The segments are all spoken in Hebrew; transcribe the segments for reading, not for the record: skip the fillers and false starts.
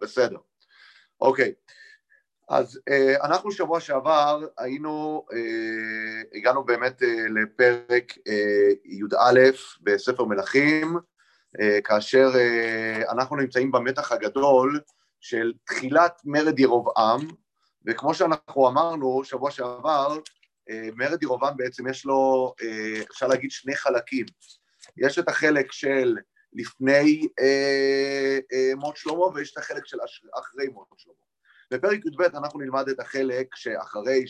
בסדר. אוקיי. אז אנחנו שבוע שעבר הגענו באמת לפרק י"א בספר מלכים, כאשר אנחנו נמצאים במתח הגדול של תחילת מרד ירבעם, וכמו שאנחנו אמרנו שבוע שעבר, מרד ירבעם בעצם יש לו, אפשר להגיד, שני חלקים. יש את החלק של לפני מות שלמה, ויש את החלק של אחרי מות שלמה. בפרק י"ב אנחנו נלמד את החלק שאחרי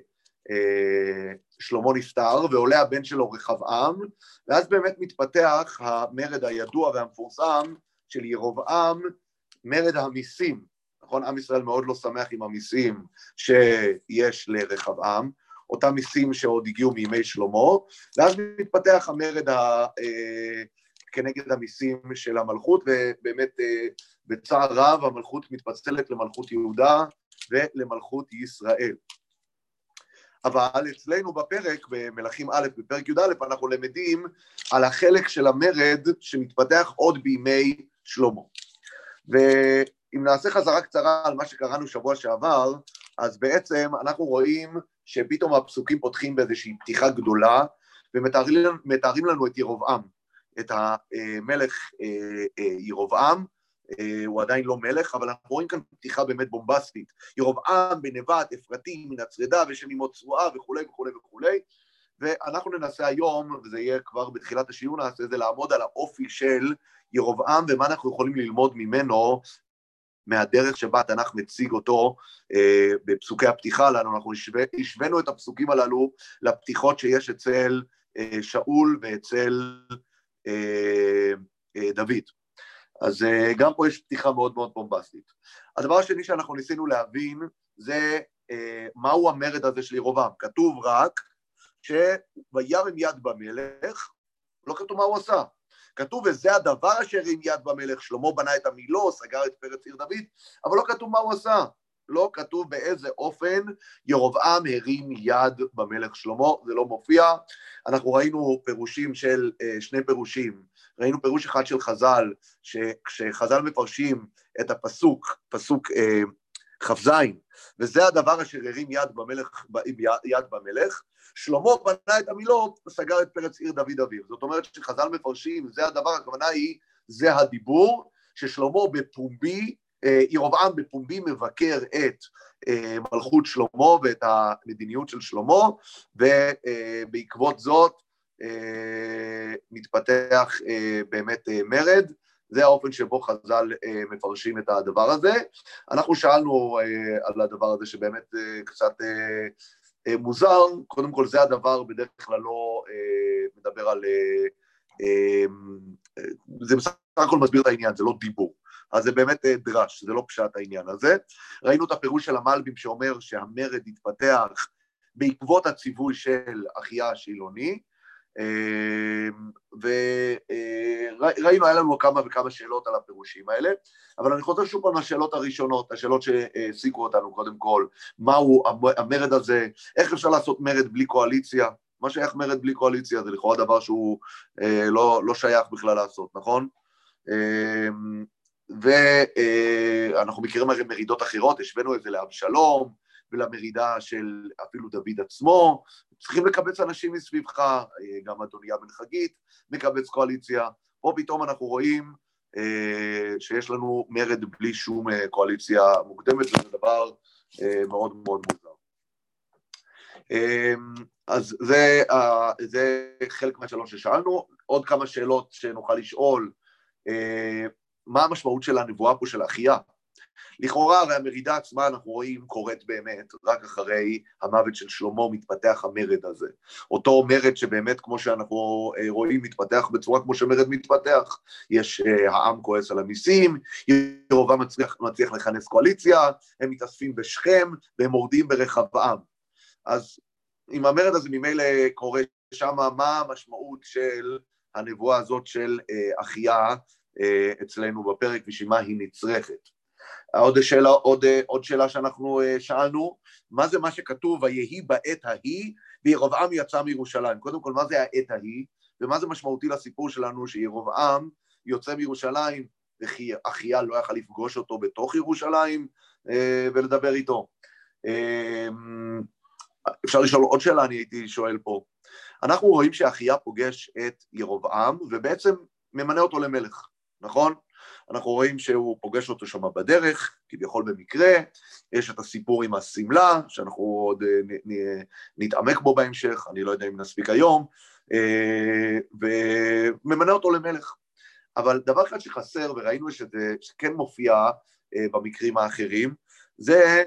ששלמה נפטר, ועולה הבן שלו רחבעם, ואז באמת מתפתח המרד הידוע והמפורסם של ירבעם, מרד המיסים. נכון? עם ישראל מאוד לא שמח עם המיסים שיש לרחבעם, אותם מיסים שעוד הגיעו מימי שלמה, ואז מתפתח המרד כנגד המיסים של המלכות, ובאמת בצער רב המלכות מתפצלת למלכות יהודה ולמלכות ישראל. אבל אצלנו בפרק, במלכים א', בפרק י"א, אנחנו למדים על החלק של המרד שמתפתח עוד בימי שלמה. ואם נעשה חזרה קצרה על מה שקראנו שבוע שעבר, אז בעצם אנחנו רואים שפתאום הפסוקים פותחים באיזושהי פתיחה גדולה, ומתארים לנו את ירבעם, את המלך ירבעם. הוא עדיין לא מלך, אבל אנחנו רואים כאן פתיחה באמת בומבסטית. ירבעם בנבט, אפרתים, מן הצרדה ושם אמות צרועה וכו' וכו' וכו'. ואנחנו ננסה היום, וזה יהיה כבר בתחילת השיעור, נעשה זה לעמוד על האופי של ירבעם, ומה אנחנו יכולים ללמוד ממנו, מהדרך שבה התנ"ך מציג אותו בפסוקי הפתיחה לנו. אנחנו השווינו את הפסוקים הללו לפתיחות שיש אצל שאול ואצל דוד. אז גם פה יש פתיחה מאוד מאוד בומבסטית. הדבר השני שאנחנו ניסינו להבין זה מהו המרד הזה של ירבעם. כתוב רק שוירם יד במלך, לא כתוב מה הוא עשה. כתוב וזה הדבר אשר הרים יד במלך, שלמה בנה את המילו, סגר את פרץ עיר דוד, אבל לא כתוב מה הוא עשה. לא כתוב באיזה אופן ירבעם הרים יד במלך שלמה, זה לא מופיע. אנחנו ראינו פירושים של שני פירושים, ראינו פירוש אחד של חז"ל, שכשחז"ל מפרשים את הפסוק, פסוק כ"ז, וזה הדבר אשר הרים יד במלך, שלמה בנה את המילו, סגר את פרץ עיר דוד אביו. זאת אומרת שחז"ל מפרשים, זה הדבר, הכוונה היא, זה הדיבור, ששלמה בפומבי, ירבעם בפומבי מבקר את מלכות שלמה ואת המדיניות של שלמה, ובעקבות זאת מתפתח באמת מרד. זה האופן שבו חז"ל מפרשים את הדבר הזה. אנחנו שאלנו על הדבר הזה שבאמת קצת מוזר. קודם כל זה הדבר בדרך כלל לא מדבר על, זה בסך הכל מסביר את העניין, זה לא דיבור. אז זה באמת דרש, זה לא פשט העניין הזה. ראינו את הפירוש של המלבים שאומר שהמרד התפתח בעקבות הציווי של אחיה השילוני, וראינו, היה לנו כמה וכמה שאלות על הפירושים האלה, אבל אני חוזר שוב פעם לשאלות הראשונות, השאלות שהעסיקו אותנו קודם כל, מהו המרד הזה, איך אפשר לעשות מרד בלי קואליציה, מה שייך מרד בלי קואליציה, זה לכאורה דבר שהוא לא שייך בכלל לעשות, נכון? ואנחנו מכירים הרי מרידות אחרות, השווינו את זה לאבשלום, ולמרידה של אפילו דוד עצמו, צריכים לקבץ אנשים מסביבך, גם אדוניה בן חגית מקבץ קואליציה, פה פתאום אנחנו רואים שיש לנו מרד בלי שום קואליציה מוקדמת, וזה דבר מאוד מאוד מוזר. אז זה חלק מהשאלות ששאלנו. עוד כמה שאלות שנוכל לשאול, מה המשמעות של הנבואה פה של אחיה? לכאורה הרי המרידה עצמה אנחנו רואים קורית באמת, רק אחרי המוות של שלמה מתפתח המרד הזה. אותו מרד שבאמת כמו שאנחנו רואים מתפתח בצורה כמו שמרד מתפתח. יש העם כועס על המיסים, ירבעם מצליח לכנס קואליציה, הם מתאספים בשכם והם מורדים ברחבעם. אז אם המרד הזה ממילא קורה שם, מה המשמעות של הנבואה הזאת של אחיה אצלנו בפרק, ושמה היא נצרכת? עוד שאלה שאנחנו שאלנו, מה זה מה שכתוב, ויהי בעת ההיא, וירבעם יצא מירושלים? קודם כל, מה זה העת ההיא, ומה זה משמעותי לסיפור שלנו, שירבעם יוצא מירושלים, וכי אחיה לא יכל לפגוש אותו בתוך ירושלים ולדבר איתו. אפשר לשאול עוד שאלה, אני הייתי שואל פה. אנחנו רואים שאחיה פוגש את ירבעם, ובעצם ממנה אותו למלך, נכון? אנחנו רואים שהוא פוגש אותו שם בדרך, כביכול במקרה, יש את הסיפור עם הסמלה, שאנחנו עוד נתעמק בו בהמשך, אני לא יודע אם נספיק היום, וממנה אותו למלך. אבל דבר אחד שחסר, וראינו שזה שכן מופיע במקרים האחרים, זה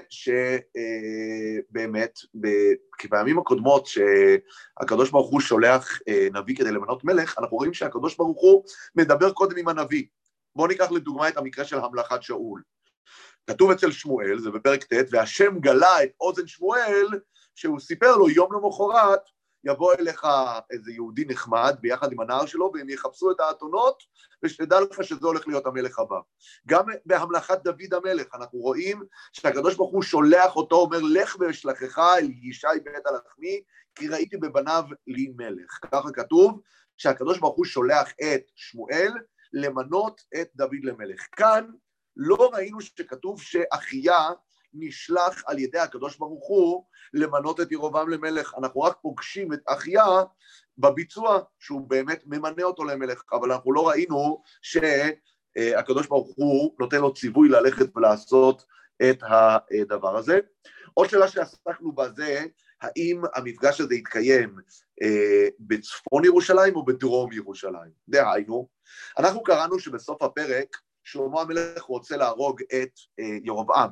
שבאמת, כפעמים הקודמות שהקדוש ברוך הוא שולח נביא כדי למנות מלך, אנחנו רואים שהקדוש ברוך הוא מדבר קודם עם הנביא. בואו ניקח לדוגמה את המקרה של המלכת שאול. כתוב אצל שמואל, זה בפרק ט', והשם גלה את אוזן שמואל, שהוא סיפר לו יום למחרת, יבוא אליך איזה יהודי נחמד ביחד עם הנער שלו, והם יחפשו את האתונות, ושתדע לך שזה הולך להיות המלך הבא. גם בהמלכת דוד המלך, אנחנו רואים שהקדוש ברוך הוא שולח אותו, אומר, לך ואשלחך אל ישי בית הלחמי, כי ראיתי בבניו לי מלך. ככה כתוב שהקדוש ברוך הוא שולח את שמואל, למנות את דוד למלך. כאן לא ראינו שכתוב שאחיה נשלח על ידי הקדוש ברוך הוא למנות את ירבעם למלך, אנחנו רק פוגשים את אחיה בביצוע שהוא באמת ממנה אותו למלך, אבל אנחנו לא ראינו שהקדוש ברוך הוא נותן לו ציווי ללכת ולעשות את הדבר הזה. עוד שאלה שעסקנו בה זה, האם המפגש הזה יתקיים בצפון ירושלים או בדרום ירושלים? דהיינו, אנחנו קראנו שבסוף הפרק שלמה המלך רוצה להרוג את ירבעם,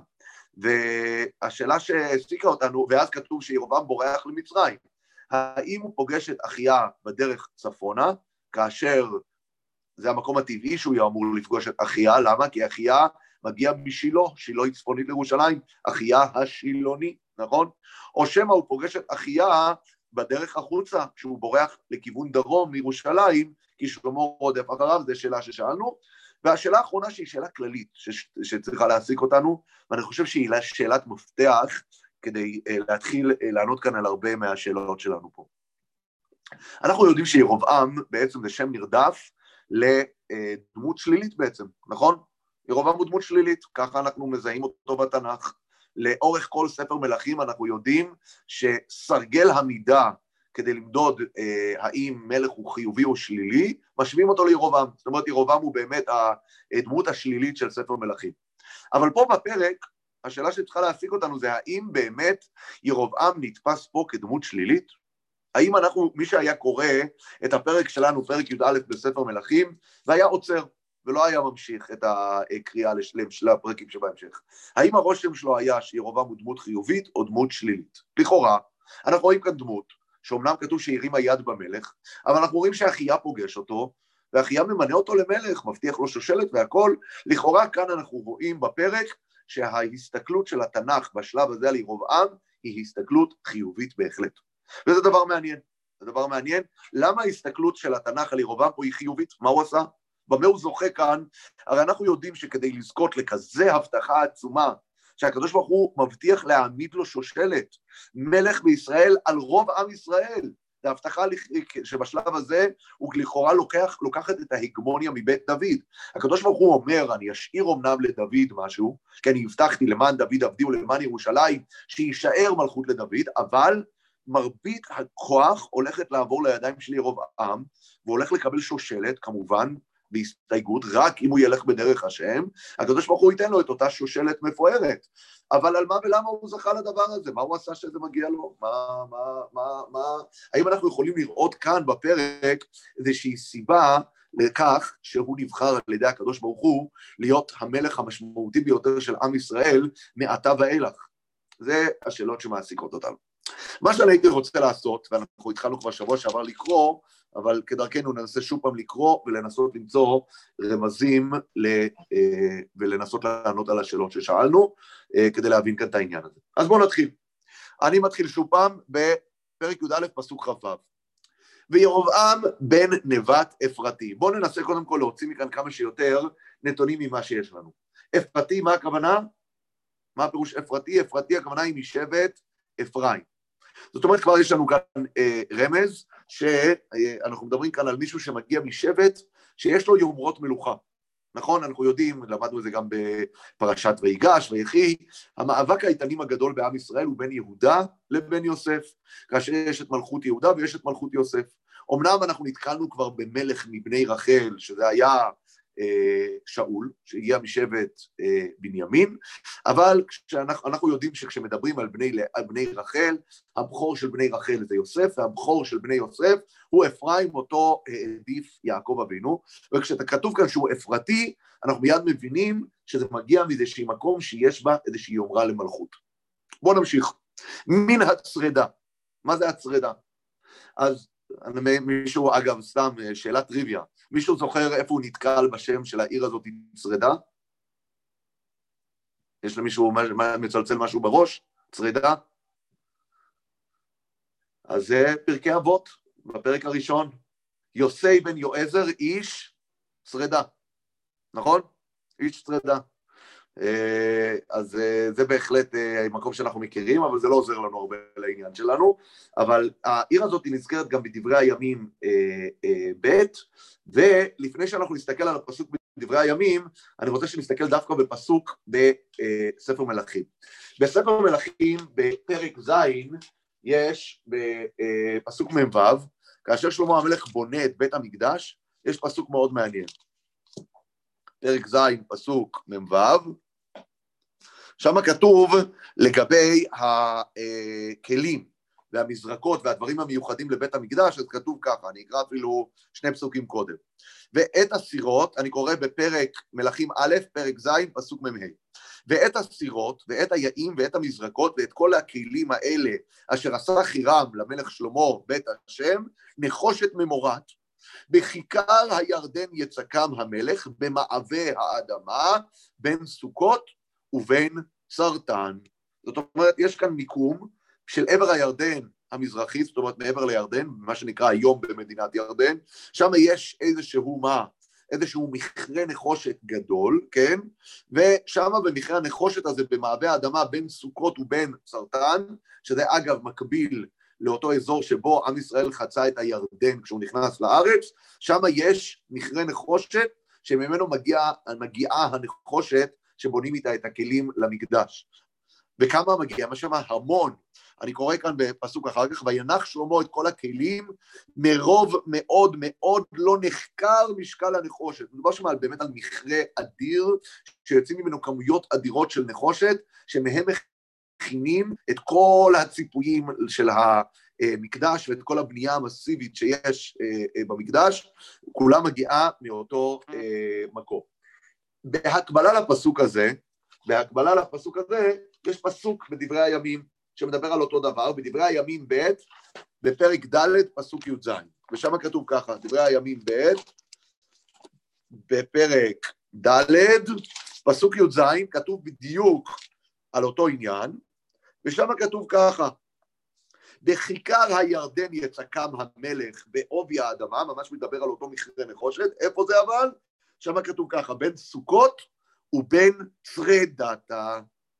והשאלה שהסיקה אותנו, ואז כתוב שירבעם בורח למצרים, האם הוא פוגש את אחיה בדרך צפונה, כאשר זה המקום הטבעי שהוא אמור לפגוש את אחיה, למה? כי אחיה מגיע משילה, שילה היא צפונית לירושלים, אחיה השילוני, נכון? או שמא הוא פוגש את אחיה בדרך החוצה, כשהוא בורח לכיוון דרום מירושלים, כי שלמה רודף אחריו, זו שאלה ששאלנו, והשאלה האחרונה שהיא שאלה כללית, שצריכה להעסיק אותנו, ואני חושב שהיא שאלת מפתח, כדי להתחיל לענות כאן על הרבה מהשאלות שלנו פה. אנחנו יודעים שירבעם בעצם זה שם נרדף לדמות שלילית בעצם, נכון? ירבעם הוא דמות שלילית, ככה אנחנו מזהים אותו בתנ"ך. לאורך כל ספר מלכים אנחנו יודעים שסרגל המידה כדי למדוד האם מלך הוא חיובי או שלילי, משווים אותו לירבעם. זאת אומרת, ירבעם הוא באמת הדמות השלילית של ספר מלכים. אבל פה בפרק, השאלה שצריכה להעסיק אותנו זה האם באמת ירבעם נתפס פה כדמות שלילית? האם אנחנו, מי שהיה קורא את הפרק שלנו, פרק י"א בספר מלכים, והיה עוצר, ולא היה ממשיך את הקריאה של הפרקים שבהמשך. האם הרושם שלו היה שירבעם הוא דמות חיובית או דמות שלילית? לכאורה, אנחנו רואים כאן דמות, שאומנם כתוב שהרימה יד במלך, אבל אנחנו רואים שאחיה פוגש אותו, ואחיה ממנה אותו למלך, מבטיח לו שושלת והכל. לכאורה כאן אנחנו רואים בפרק שההסתכלות של התנ"ך בשלב הזה על ירבעם היא הסתכלות חיובית בהחלט. וזה דבר מעניין, זה דבר מעניין. למה ההסתכלות של התנ"ך על ירבעם פה היא חיובית? מה הוא עשה? במה הוא זוכה כאן? הרי אנחנו יודעים שכדי לזכות לכזה הבטחה עצומה, שהקדוש ברוך הוא מבטיח להעמיד לו שושלת, מלך בישראל על רוב עם ישראל, זה הבטחה שבשלב הזה הוא לכאורה לוקחת את ההגמוניה מבית דוד. הקדוש ברוך הוא אומר, אני אשאיר אמנם לדוד משהו, כי אני הבטחתי למען דוד עבדי ולמען ירושלים, שישאר מלכות לדוד, אבל מרבית הכוח הולכת לעבור לידיים של ירבעם, והולך לקבל שושלת, כמובן, בהסתייגות, רק אם הוא ילך בדרך השם, הקדוש ברוך הוא ייתן לו את אותה שושלת מפוארת. אבל על מה ולמה הוא זכה לדבר הזה? מה הוא עשה שזה מגיע לו? האם אנחנו יכולים לראות כאן בפרק איזושהי סיבה לכך שהוא נבחר על ידי הקדוש ברוך הוא להיות המלך המשמעותי ביותר של עם ישראל מעתה ואילך? זה השאלות שמעסיקות אותנו. מה שאני הייתי רוצה לעשות, ואנחנו התחלנו כבר שבוע שעבר לקרוא, אבל כדרכנו ננסה שוב פעם לקרוא ולנסות למצוא רמזים ולנסות לענות על השאלות ששאלנו, כדי להבין כאן את העניין הזה. אז בואו נתחיל. אני מתחיל שוב פעם בפרק י"א פסוק כ"ו. וירבעם בן נבט אפרתי. בואו ננסה קודם כל להוציא מכאן כמה שיותר נתונים ממה שיש לנו. אפרתי, מה הכוונה? מה הפירוש אפרתי? אפרתי הכוונה היא משבט אפרים. זאת אומרת, כבר יש לנו כאן רמז, שאנחנו מדברים כאן על מישהו שמגיע משבט, שיש לו יומרות מלוכה. נכון, אנחנו יודעים, למדנו את זה גם בפרשת ויגש ויחי, המאבק האיתנים הגדול בעם ישראל הוא בין יהודה לבין יוסף, כאשר יש את מלכות יהודה ויש את מלכות יוסף. אמנם אנחנו נתקלנו כבר במלך מבני רחל, שזה היה שאול, שהגיע משבט בנימין, אבל אנחנו יודעים שכשמדברים על בני רחל, הבכור של בני רחל זה יוסף, והבכור של בני יוסף הוא אפרים, אותו העדיף יעקב אבינו, וכשכתוב כאן שהוא אפרתי, אנחנו מיד מבינים שזה מגיע מאיזשהו מקום שיש בה איזושהי יומרה למלכות. בואו נמשיך. מן הצרדה. מה זה הצרדה? אז מישהו, אגב, סתם שאלת טריוויה, מישהו זוכר איפה הוא נתקל בשם של העיר הזאת צרדה? יש למישהו מצלצל משהו בראש? צרדה? אז זה פרקי אבות, בפרק הראשון. יוסי בן יועזר, איש צרדה, נכון? איש צרדה. אז זה בהחלט מקום שאנחנו מכירים, אבל זה לא עוזר לנו הרבה לעניין שלנו, אבל העיר הזאת היא נזכרת גם בדברי הימים ב', ולפני שאנחנו נסתכל על הפסוק בדברי הימים, אני רוצה שנסתכל דווקא בפסוק בספר מלכים. בספר מלכים בפרק ז' יש בפסוק מ"ו, כאשר שלמה המלך בונה את בית המקדש, יש פסוק מאוד מעניין. פרק ז' פסוק מ"ו, שם כתוב לגבי הכלים והמזרקות והדברים המיוחדים לבית המקדש, אז כתוב ככה, אני אקרא אפילו שני פסוקים קודם. ואת הסירות, אני קורא בפרק מלכים א', פרק ז', פסוק מ"ה. ואת הסירות, ואת היעים, ואת המזרקות, ואת כל הכלים האלה, אשר עשה חירם למלך שלמה בית השם, נחושת ממורת, בכיכר הירדן יצקם המלך, במעבה האדמה, בין סוכות ובין סרטן. זאת אומרת, יש כאן מיקום של עבר הירדן המזרחי, זאת אומרת, מעבר לירדן, מה שנקרא היום במדינת ירדן, שם יש איזשהו מכרה נחושת גדול, כן? ושם במכרה הנחושת הזה, במעבה האדמה, בין סוכות ובין סרטן, שזה אגב מקביל לאותו אזור שבו עם ישראל חצה את הירדן כשהוא נכנס לארץ, שם יש מכרה נחושת שממנו מגיעה הנחושת שבונים איתה את הכלים למקדש. וכמה מגיע? מה שמה המון. אני קורא כאן בפסוק אחר כך, וינח שלמה את כל הכלים, מרוב מאוד מאוד לא נחקר משקל הנחושת. מדובר שם באמת על מכרה אדיר, שיוצאים ממנו כמויות אדירות של נחושת, שמהם מכינים את כל הציפויים של המקדש, ואת כל הבנייה המסיבית שיש במקדש, כולה מגיעה מאותו מקום. בהקבלה לפסוק הזה, יש פסוק בדברי הימים, שמדבר על אותו דבר, בדברי הימים ב', בפרק ד', פסוק י"ז, ושם כתוב ככה, דברי הימים ב', בפרק ד', פסוק י"ז, כתוב בדיוק על אותו עניין, ושם כתוב ככה, בכיכר הירדן יצקם המלך בעובי האדמה, ממש מדבר על אותו מכרה נחושת, איפה זה אבל? שם כתוב ככה, בין סוכות ובין צרדתה.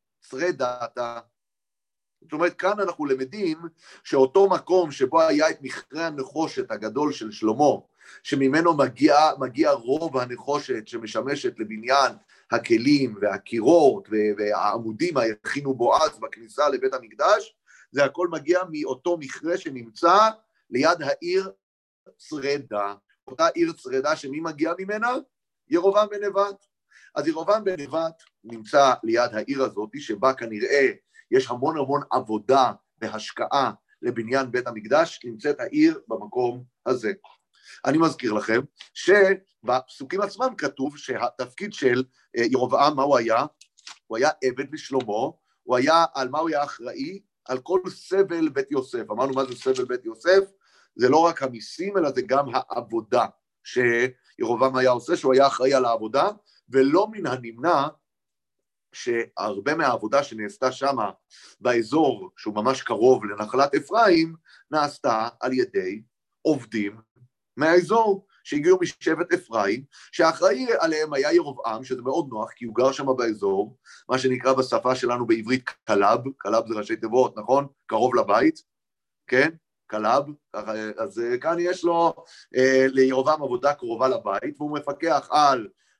זאת אומרת, כאן אנחנו למדים שאותו מקום שבו היה את מכרה הנחושת הגדול של שלמה, שממנו מגיע רוב הנחושת שמשמשת לבניין הכלים והקירות והעמודים היכינו בו אז בכניסה לבית המקדש, זה הכל מגיע מאותו מכרה שנמצא ליד העיר צרדה, אותה עיר צרדה שמי מגיע ממנה? ירבעם בן נבט. אז ירבעם בן נבט נמצא ליד העיר הזאת, שבה כנראה יש המון עבודה והשקעה לבניין בית המקדש, נמצאת העיר במקום הזה. אני מזכיר לכם שבפסוקים עצמם כתוב שהתפקיד של ירבעם, מה הוא היה? הוא היה עבד לשלמה, על מה הוא היה אחראי? על כל סבל בית יוסף. אמרנו מה זה סבל בית יוסף? זה לא רק המיסים, אלא זה גם העבודה שירבעם היה עושה, שהוא היה אחראי על העבודה, ולא מן הנמנע שהרבה מהעבודה שנעשתה שם באזור, שהוא ממש קרוב לנחלת אפרים, נעשתה על ידי עובדים מהאזור, שהגיעו משבט אפרים, שהאחראי עליהם היה ירבעם, שזה מאוד נוח, כי הוא גר שם באזור, מה שנקרא בשפה שלנו בעברית קלב, קלב זה ראשי תיבות, נכון? קרוב לבית, כן? קלב, אז כאן יש לו לירבעם עבודה קרובה לבית, והוא מפקח על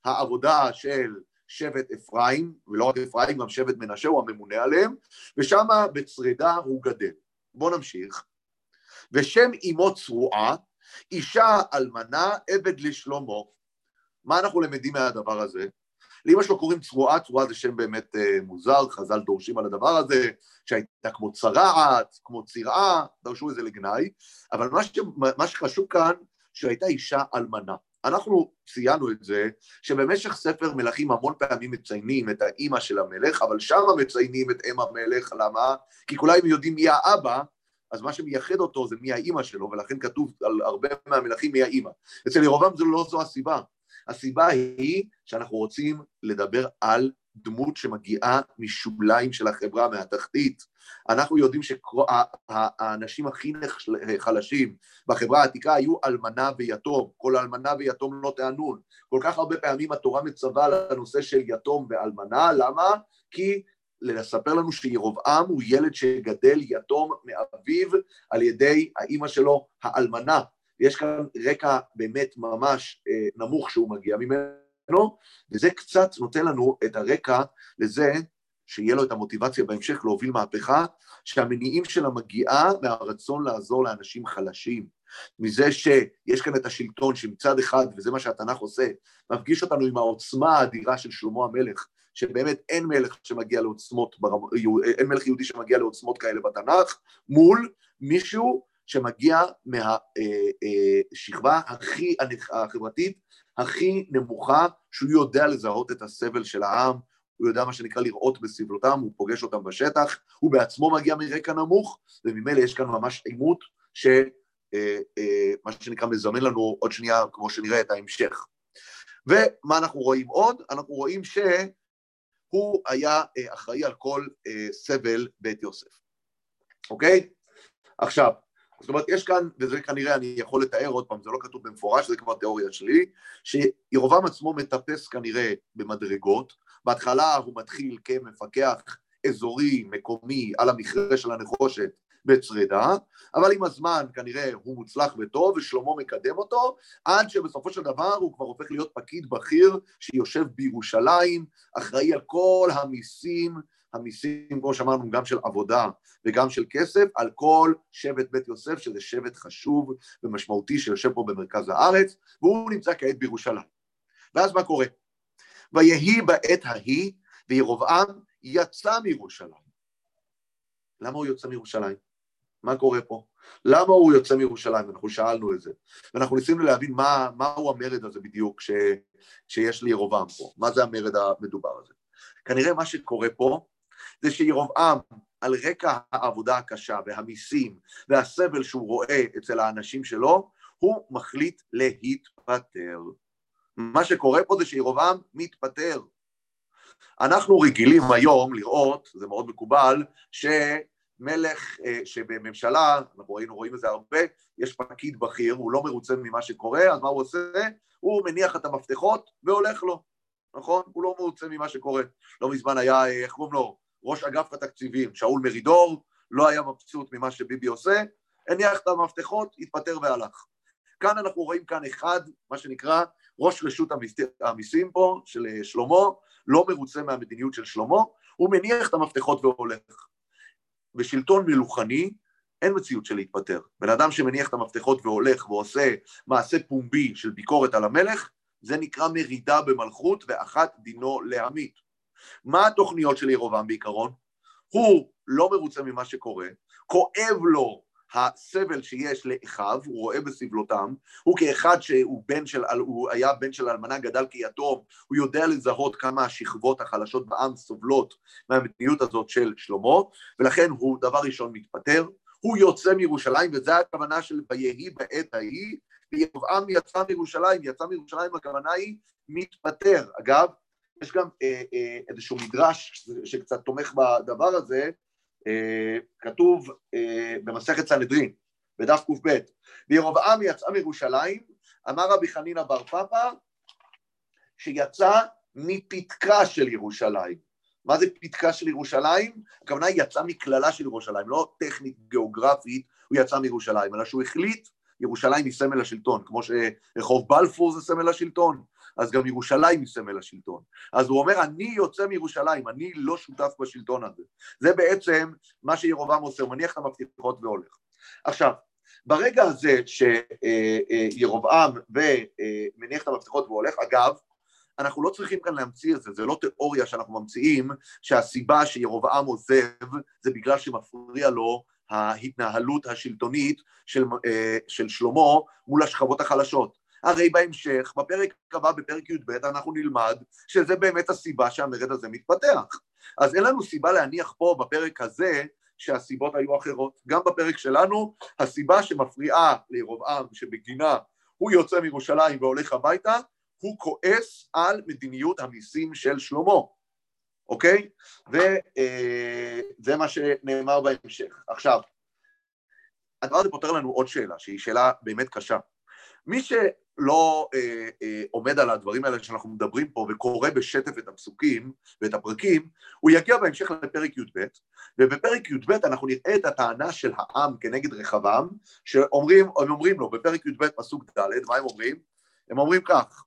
העבודה של שבט אפרים, ולא רק אפרים, גם שבט מנשה הוא הממונה עליהם, ושם בצרידה הוא גדל. בואו נמשיך. ושם אמו צרועה, אישה אלמנה, עבד לשלמה. מה אנחנו למדים מהדבר הזה? לאמא שלו קוראים צרועה, צרועה זה שם באמת מוזר, חז"ל דורשים על הדבר הזה, שהייתה כמו צרעת, כמו צירעה, דרשו איזה לגנאי, אבל מה שחשוב כאן, שהייתה אישה אלמנה. אנחנו ציינו את זה, שבמשך ספר מלכים המון פעמים מציינים את האמא של המלך, אבל שם מציינים את אם המלך, למה? כי כולם יודעים מי האבא, אז מה שמייחד אותו זה מי האמא שלו, ולכן כתוב על הרבה מהמלכים מי האמא. אצל ירבעם זה לא זו הסיבה. הסיבה היא שאנחנו רוצים לדבר על דמות שמגיעה משוליים של החברה, מהתחתית. אנחנו יודעים שהאנשים הכי חלשים בחברה העתיקה היו אלמנה ויתום, כל אלמנה ויתום לא תענון. כל כך הרבה פעמים התורה מצווה על הנושא של יתום ואלמנה, למה? כי לספר לנו שירבעם הוא ילד שגדל יתום מאביו על ידי האמא שלו האלמנה. יש כאן רקע באמת ממש נמוך שהוא מגיע ממנו, וזה קצת נותן לנו את הרקע לזה שיהיה לו את המוטיבציה בהמשך להוביל מהפכה, שהמניעים שלה מגיעה מהרצון לעזור לאנשים חלשים, מזה שיש כאן את השלטון שמצד אחד, וזה מה שהתנ"ך עושה, מפגיש אותנו עם העוצמה האדירה של שלמה המלך, שבאמת אין מלך שמגיע לעוצמות, אין מלך יהודי שמגיע לעוצמות כאלה בתנ"ך, מול מישהו שמגיע מהשכבה החברתית הכי נמוכה, שהוא יודע לזהות את הסבל של העם, הוא יודע מה שנקרא לראות בסבלותם, הוא פוגש אותם בשטח, הוא בעצמו מגיע מרקע נמוך, וממילא יש כאן ממש עימות מה שנקרא מזמן לנו עוד שנייה, כמו שנראה את ההמשך. ומה אנחנו רואים עוד? אנחנו רואים שהוא היה אחראי על כל סבל בית יוסף. אוקיי? עכשיו, זאת אומרת, יש כאן, וזה כנראה אני יכול לתאר עוד פעם, זה לא כתוב במפורש, זה כבר תיאוריה שלי, שירבעם עצמו מטפס כנראה במדרגות, בהתחלה הוא מתחיל כמפקח אזורי, מקומי, על המכרה של הנחושת בצרידה, אבל עם הזמן כנראה הוא מוצלח וטוב, ושלמה מקדם אותו, עד שבסופו של דבר הוא כבר הופך להיות פקיד בכיר, שיושב בירושלים, אחראי על כל המיסים, כמו שאמרנו, גם של עבודה וגם של כסף, על כל שבט בית יוסף, שזה שבט חשוב ומשמעותי שיושב פה במרכז הארץ, והוא נמצא כעת בירושלים. ואז מה קורה? ויהי בעת ההיא, וירבעם יצא מירושלים. למה הוא יוצא מירושלים? מה קורה פה? למה הוא יוצא מירושלים? אנחנו שאלנו את זה. ואנחנו ניסינו להבין מהו המרד הזה בדיוק שיש לירבעם פה. מה זה המרד המדובר הזה? כנראה מה שקורה פה, זה שירבעם על רקע העבודה הקשה והמיסים והסבל שהוא רואה אצל האנשים שלו, הוא מחליט להתפטר. מה שקורה פה זה שירבעם מתפטר. אנחנו רגילים היום לראות, זה מאוד מקובל, שמלך שבממשלה, אנחנו רואים את זה הרבה, יש פקיד בכיר, הוא לא מרוצה ממה שקורה, אז מה הוא עושה? הוא מניח את המפתחות והולך לו, נכון? הוא לא מרוצה ממה שקורה. לא מזמן היה, איך קוראים לו? ראש אגף התקציבים, שאול מרידור, לא היה מבסוט ממה שביבי עושה, הניח את המפתחות, התפטר והלך. כאן אנחנו רואים כאן אחד, מה שנקרא, ראש רשות המיסים פה, של שלמה, לא מרוצה מהמדיניות של שלמה, הוא מניח את המפתחות והולך. בשלטון מלוכני, אין מציאות של להתפטר. בן אדם שמניח את המפתחות והולך, ועושה מעשה פומבי של ביקורת על המלך, זה נקרא מרידה במלכות, ואחת דינו להמית. מה התוכניות של ירבעם בעיקרון? הוא לא מרוצה ממה שקורה, כואב לו הסבל שיש לאחיו, הוא רואה בסבלותם, הוא כאחד הוא היה בן של אלמנה, גדל כיתום, הוא יודע לזהות כמה השכבות החלשות בעם סובלות מהמדיניות הזאת של שלמה, ולכן הוא דבר ראשון מתפטר, הוא יוצא מירושלים, וזו הכוונה של ויהי בעת ההיא, וירבעם יצא מירושלים, הכוונה היא מתפטר. אגב, יש גם איזשהו מדרש שקצת תומך בדבר הזה, כתוב במסכת סנהדרין, בדף ק"ב, וירבעם יצא מירושלים, אמר רבי חנינא בר פפא, שיצא מפתקה של ירושלים. מה זה פתקה של ירושלים? הכוונה היא יצא מכללה של ירושלים, לא טכנית גיאוגרפית, הוא יצא מירושלים, אלא שהוא החליט, ירושלים היא סמל השלטון, כמו שרחוב בלפור זה סמל השלטון, אז גם ירושלים היא סמל השלטון. אז הוא אומר, אני יוצא מירושלים, אני לא שותף בשלטון הזה. זה בעצם מה שירובעם עושה, הוא מניח את המפתחות והולך. עכשיו, ברגע הזה שירובעם ומניח את המפתחות והולך, אגב, אנחנו לא צריכים כאן להמציא את זה, זה לא תיאוריה שאנחנו ממציאים, שהסיבה שירובעם עוזב זה בגלל שמפריע לו ההתנהלות השלטונית של שלמה מול השכבות החלשות. הרי בהמשך, בפרק הבא, בפרק י"ב, אנחנו נלמד שזה באמת הסיבה שהמרד הזה מתפתח. אז אין לנו סיבה להניח פה בפרק הזה שהסיבות היו אחרות. גם בפרק שלנו, הסיבה שמפריעה לירובעם שבגינה הוא יוצא מירושלים והולך הביתה, הוא כועס על מדיניות המיסים של שלמה, אוקיי? וזה מה שנאמר בהמשך. עכשיו, הדבר הזה פותר לנו עוד שאלה, שהיא שאלה באמת קשה. מי שלא עומד על הדברים האלה שאנחנו מדברים פה וקורא בשטף את הפסוקים ואת הפרקים, הוא יגיע בהמשך לפרק י"ב, ובפרק י"ב אנחנו נראה את הטענה של העם כנגד רחבעם, הם אומרים לו בפרק י"ב פסוק ד', מה הם אומרים? הם אומרים כך,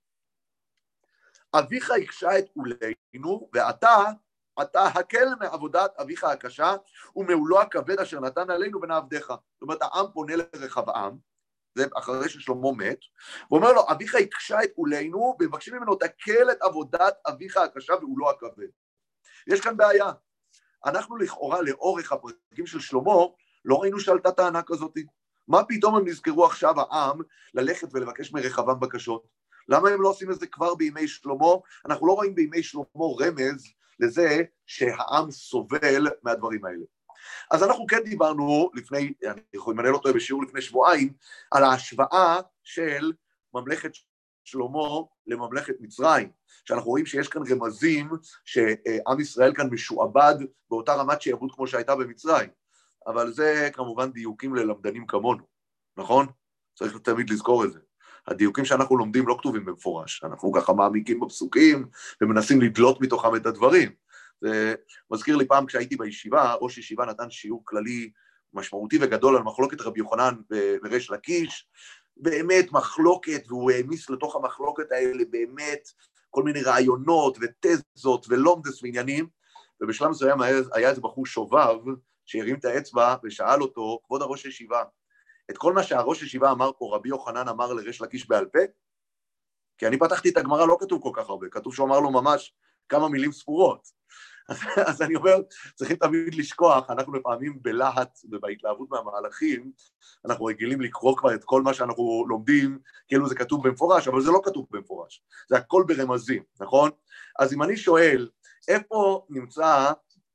אביך הקשה את עולנו, ואתה הקל מעבודת אביך הקשה, ומעולו הכבד אשר נתן עלינו ונעבדך. זאת אומרת, העם פונה לרחבעם, זה אחרי ששלמה מת, ואומר לו, אביך הקשה את עולנו, ומבקשים ממנו, תקל את עבודת אביך הקשה ועולו הכבד. יש כאן בעיה. אנחנו לכאורה לאורך הפרקים של שלמה, לא ראינו שעלתה טענה כזאת. מה פתאום הם נזכרו עכשיו העם ללכת ולבקש מרחבעם בקשות? למה הם לא עושים את זה כבר בימי שלמה? אנחנו לא רואים בימי שלמה רמז לזה שהעם סובל מהדברים האלה. אז אנחנו כן דיברנו לפני, אני יכול למנהל אותו בשיעור לפני שבועיים, על ההשוואה של ממלכת שלמה לממלכת מצרים, שאנחנו רואים שיש כאן רמזים שעם ישראל כאן משועבד באותה רמת שיעבוד כמו שהייתה במצרים, אבל זה כמובן דיוקים ללמדנים כמונו, נכון? צריך תמיד לזכור את זה. הדיוקים שאנחנו לומדים לא כתובים במפורש, אנחנו ככה מעמיקים בפסוקים ומנסים לדלות מתוכם את הדברים. זה מזכיר לי פעם כשהייתי בישיבה, ראש ישיבה נתן שיעור כללי משמעותי וגדול על מחלוקת רבי יוחנן וריש לקיש, באמת מחלוקת, והוא העמיס לתוך המחלוקת האלה באמת כל מיני רעיונות ותזות ולומדס ועניינים, ובשלב מסוים היה איזה בחור שובב שהרים את האצבע ושאל אותו, כבוד הראש ישיבה, את כל מה שהראש ישיבה אמר פה, רבי יוחנן אמר לריש לקיש בעל פה? כי אני פתחתי את הגמרא, לא כתוב כל כך הרבה, כתוב שהוא אמר לו ממש כמה מילים ספורות. אז אני אומר, צריכים תמיד לשכוח, אנחנו לפעמים בלהט ובהתלהבות מהמהלכים, אנחנו רגילים לקרוא כבר את כל מה שאנחנו לומדים, כאילו זה כתוב במפורש, אבל זה לא כתוב במפורש, זה הכל ברמזים, נכון? אז אם אני שואל, איפה נמצא,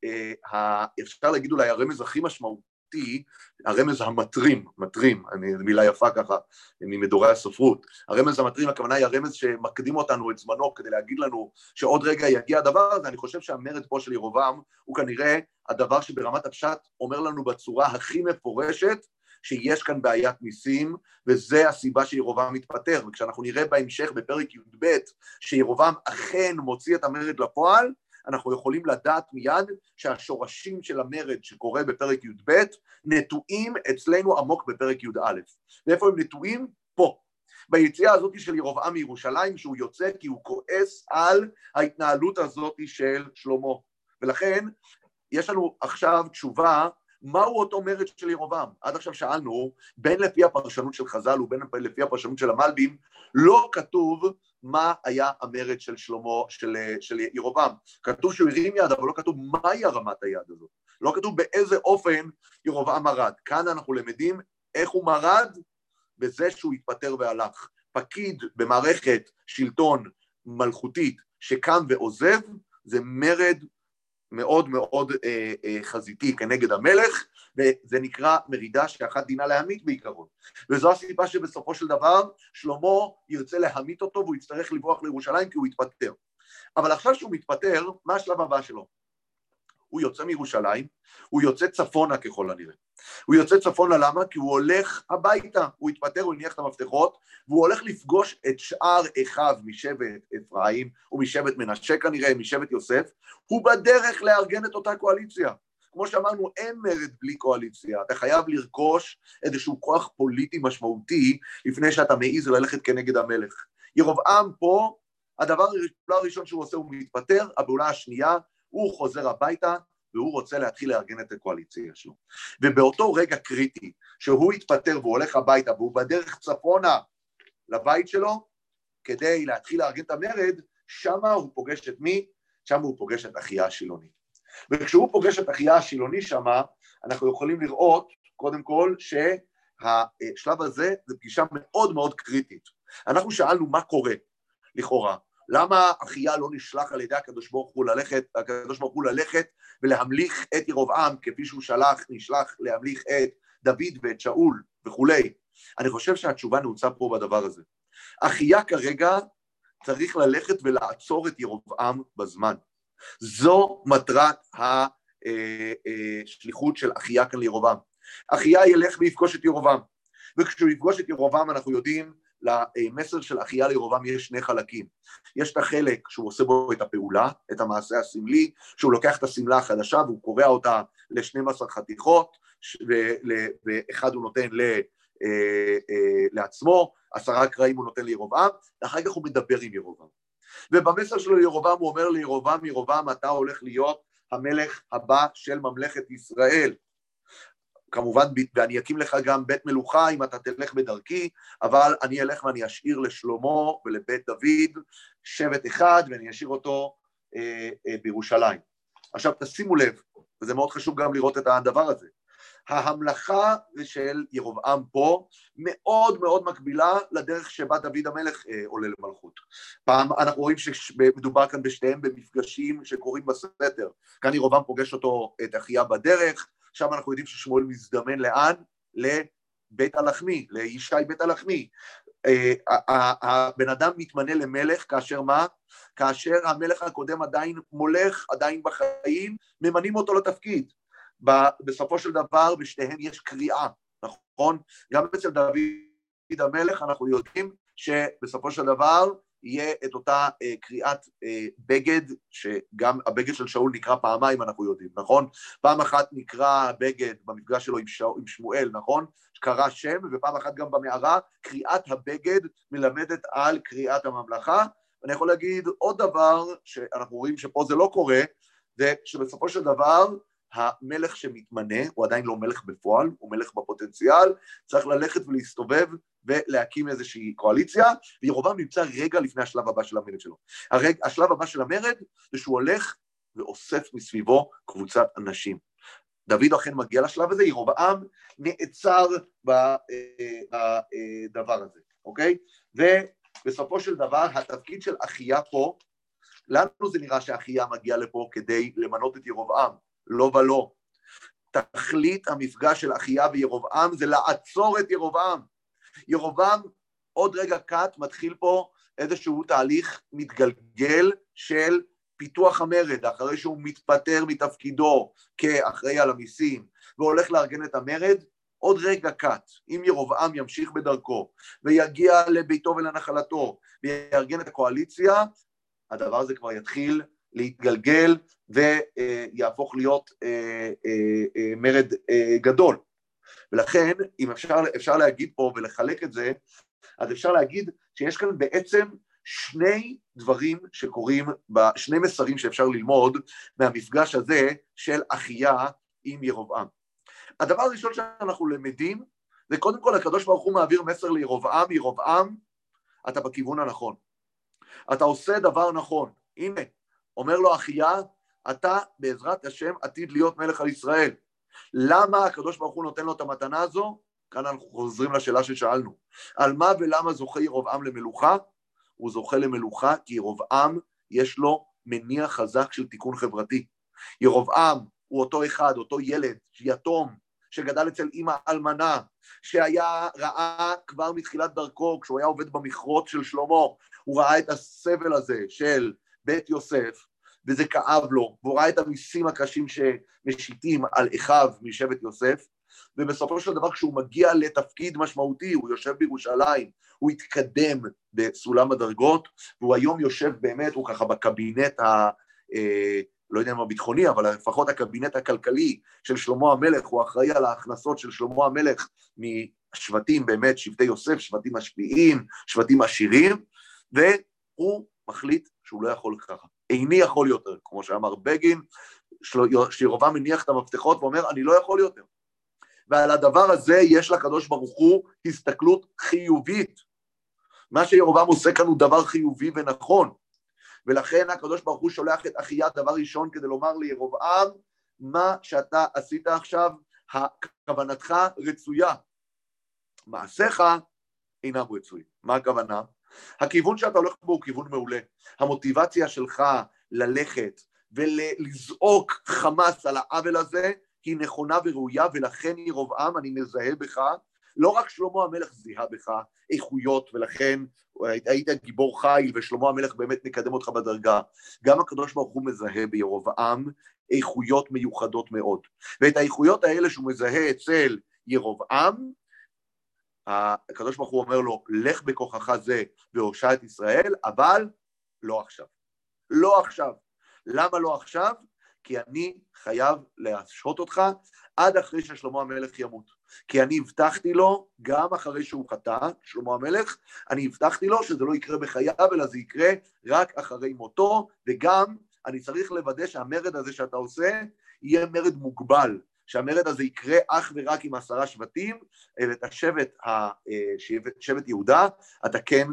אפשר להגיד אולי הרמז הכי משמעותי, הרמז המטרים, מילה יפה ככה, ממדורי הספרות, הרמז המטרים, הכוונה היא הרמז שמקדים אותנו את זמנו, כדי להגיד לנו שעוד רגע יגיע הדבר הזה, אני חושב שהמרד פה של ירובעם, הוא כנראה הדבר שברמת הפשט אומר לנו בצורה הכי מפורשת, שיש כאן בעיית מיסים, וזה הסיבה שירובעם מתפטר, וכשאנחנו נראה בהמשך בפרק י"ב, שירובעם אכן מוציא את המרד לפועל, אנחנו יכולים לדעת מיד שהשורשים של המרד שקורה בפרק י"ב נטועים אצלנו עמוק בפרק י"א. ואיפה הם נטועים? פה. ביציאה הזאת של ירובעם מירושלים, שהוא יוצא כי הוא כועס על ההתנהלות הזאת של שלמה. ולכן יש לנו עכשיו תשובה, מהו אותו מרד של ירובעם? עד עכשיו שאלנו, בין לפי הפרשנות של חז"ל ובין לפי הפרשנות של המלבים, לא כתוב מה היה המרד של שלמה, של ירובעם. כתוב שהוא הרים יד, אבל לא כתוב מהי הרמת היד הזאת. לא כתוב באיזה אופן ירובעם מרד. כאן אנחנו למדים איך הוא מרד, בזה שהוא התפטר והלך. פקיד במערכת שלטון מלכותית שקם ועוזב, זה מרד מאוד מאוד חזיתי כנגד המלך, וזה נקרא מרידה שאחת דינה להמית בעיקרון. וזו הסיבה שבסופו של דבר שלמה ירצה להמית אותו והוא יצטרך לברוח לירושלים כי הוא יתפטר. אבל עכשיו שהוא מתפטר, מה השלב הבא שלו? הוא יוצא מירושלים, הוא יוצא צפונה ככל הנראה. הוא יוצא צפונה למה? כי הוא הולך הביתה, הוא התפטר, הוא הניח את המפתחות, והוא הולך לפגוש את שאר אחיו משבט אפרים, ומשבט מנשה כנראה, משבט יוסף, הוא בדרך לארגן את אותה קואליציה. כמו שאמרנו, אין מרד בלי קואליציה, אתה חייב לרכוש איזשהו כוח פוליטי משמעותי, לפני שאתה מעיז ללכת כנגד המלך. ירבעם פה, הדבר הראשון שהוא עושה הוא מתפטר, הפעולה השנייה, הוא חוזר הביתה, והוא רוצה להתחיל לארגן את הקואליציה שלו. ובאותו רגע קריטי, שהוא התפטר והוא הולך הביתה, והוא בדרך צפונה לבית שלו, כדי להתחיל לארגן את המרד, שמה הוא פוגש את מי? שמה הוא פוגש את אחיה השילוני. וכשהוא פוגש את אחיה השילוני שמה, אנחנו יכולים לראות, קודם כל, שהשלב הזה זה פגישה מאוד מאוד קריטית. אנחנו שאלנו מה קורה, לכאורה. למה אחיה לא נשלח על ידי הקדוש ברוך הוא ללכת ולהמליך את ירבעם, כפי שהוא נשלח להמליך את דוד ואת שאול וכולי. אני חושב שהתשובה נעוצה פה בדבר הזה. אחיה כרגע צריך ללכת ולעצור את ירבעם בזמן. זו מטרת השליחות של אחיה כאן לירבעם. אחיה ילך ויפגוש את ירבעם, וכשהוא יפגוש את ירבעם אנחנו יודעים, למסר של אחיה לירבעם יש שני חלקים. יש את החלק שהוא עושה בו את הפעולה, את המעשה הסמלי, שהוא לוקח את הסמלה החדשה והוא קורע אותה ל-12 חתיכות, ואחד הוא נותן לעצמו, 10 קרעים הוא נותן לירבעם, ואחר כך הוא מדבר עם ירבעם. ובמסר שלו לירבעם הוא אומר לירבעם, ירבעם אתה הולך להיות המלך הבא של ממלכת ישראל. כמובן, ואני אקים לך גם בית מלוכה אם אתה תלך בדרכי, אבל אני אלך ואני אשאיר לשלמה ולבית דוד שבט אחד, ואני אשאיר אותו בירושלים. עכשיו תשימו לב, וזה מאוד חשוב גם לראות את הדבר הזה, ההמלכה של ירבעם פה מאוד מאוד מקבילה לדרך שבה דוד המלך עולה למלכות. פעם אנחנו רואים שמדובר כאן בשתיהם במפגשים שקורים בסתר, כאן ירבעם פוגש אותו את אחיה בדרך, שם אנחנו יודעים ששמואל מזדמן לאן? לבית הלחמי, לישי בית הלחמי. הבן אדם מתמנה למלך כאשר מה? כאשר המלך הקודם עדיין מולך, עדיין בחיים, ממנים אותו לתפקיד. בסופו של דבר בשתיהם יש קריאה, נכון? גם אצל דוד המלך אנחנו יודעים שבסופו של דבר יהיה את אותה קריאת בגד, שגם הבגד של שאול נקרא פעמיים אנחנו יודעים, נכון? פעם אחת נקרא בגד במפגש שלו עם שמואל, נכון? קרא שם, ופעם אחת גם במערה, קריאת הבגד מלמדת על קריאת הממלכה. ואני יכול להגיד עוד דבר שאנחנו רואים שפה זה לא קורה, זה שבסופו של דבר המלך שמתמנה, הוא עדיין לא מלך בפועל, הוא מלך בפוטנציאל, צריך ללכת ולהסתובב ולהקים איזושהי קואליציה, וירבעם נמצא רגע לפני השלב הבא של המרד שלו. השלב הבא של המרד זה שהוא הולך ואוסף מסביבו קבוצת אנשים. דוד אכן מגיע לשלב הזה, ירבעם נעצר בדבר הזה, אוקיי? ובסופו של דבר התפקיד של אחיה פה, לנו זה נראה שאחיה מגיע לפה כדי למנות את ירבעם, לא ולא. תכלית המפגש של אחיה וירבעם זה לעצור את ירבעם. ירבעם עוד רגע קט מתחיל פה איזשהו תהליך מתגלגל של פיתוח המרד, אחרי שהוא מתפטר מתפקידו כאחראי על המיסים, והולך לארגן את המרד, עוד רגע קט, אם ירבעם ימשיך בדרכו, ויגיע לביתו ולנחלתו, ויארגן את הקואליציה, הדבר הזה כבר יתחיל להתגלגל, ויהפוך להיות מרד גדול. ולכן, אם אפשר להגיד פה ולחלק את זה, אז אפשר להגיד שיש כאן בעצם שני דברים שקורים, שני מסרים שאפשר ללמוד מהמפגש הזה של אחיה עם ירבעם. הדבר הראשון שאנחנו למדים, זה קודם כל הקדוש ברוך הוא מעביר מסר לירבעם, ירבעם, אתה בכיוון הנכון. אתה עושה דבר נכון. הנה, אומר לו אחיה, אתה בעזרת השם עתיד להיות מלך על ישראל. למה הקדוש ברוך הוא נותן לו את המתנה הזו? כאן אנחנו חוזרים לשאלה ששאלנו. על מה ולמה זוכה ירבעם למלוכה? הוא זוכה למלוכה כי ירבעם יש לו מניע חזק של תיקון חברתי. ירבעם הוא אותו אחד, אותו ילד, יתום, שגדל אצל אמא אלמנה, שהיה ראה כבר מתחילת דרכו, כשהוא היה עובד במכרות של שלמה, הוא ראה את הסבל הזה של בית יוסף, וזה כאב לו, והוא ראה את המיסים הקשים שמשיתים על אחיו משבט יוסף, ובסופו של דבר כשהוא מגיע לתפקיד משמעותי, הוא יושב בירושלים, הוא התקדם בסולם הדרגות, והוא היום יושב באמת, הוא ככה בקבינט לא יודע מה ביטחוני, אבל לפחות הקבינט הכלכלי של שלמה המלך, הוא אחראי על ההכנסות של שלמה המלך משבטים, באמת שבטי יוסף, שבטים משפיעים, שבטים עשירים, והוא מחליט שהוא לא יכול ככה. איני יכול יותר, כמו שאמר בגין, שירובעם מניח את המפתחות ואומר, אני לא יכול יותר. ועל הדבר הזה יש לקדוש ברוך הוא הסתכלות חיובית. מה שירובעם עושה כאן הוא דבר חיובי ונכון, ולכן הקדוש ברוך הוא שולח את אחיה דבר ראשון כדי לומר לירובעם, מה שאתה עשית עכשיו, כוונתך רצויה, מעשיך אינם רצויים. מה הכוונה? הכיוון שאתה הולך בו הוא כיוון מעולה, המוטיבציה שלך ללכת ולזעוק חמאס על העוול הזה, היא נכונה וראויה, ולכן ירובעם אני מזהה בך, לא רק שלמה המלך זיהה בך איכויות, ולכן היית גיבור חיל, ושלמה המלך באמת מקדם אותך בדרגה, גם הקדוש ברוך הוא מזהה בירובעם איכויות מיוחדות מאוד, ואת האיכויות האלה שהוא מזהה אצל ירובעם, הקדוש ברוך הוא אומר לו, לך בכוחך זה והושע את ישראל, אבל לא עכשיו. לא עכשיו. למה לא עכשיו? כי אני חייב להשהות אותך עד אחרי ששלמה המלך ימות. כי אני הבטחתי לו, גם אחרי שהוא חטא, שלמה המלך, אני הבטחתי לו שזה לא יקרה בחייו, אלא זה יקרה רק אחרי מותו, וגם אני צריך לוודא שהמרד הזה שאתה עושה, יהיה מרד מוגבל, שהמרד הזה יקרה אך ורק עם 10 שבטים, ואת שבט יהודה, אתה כן,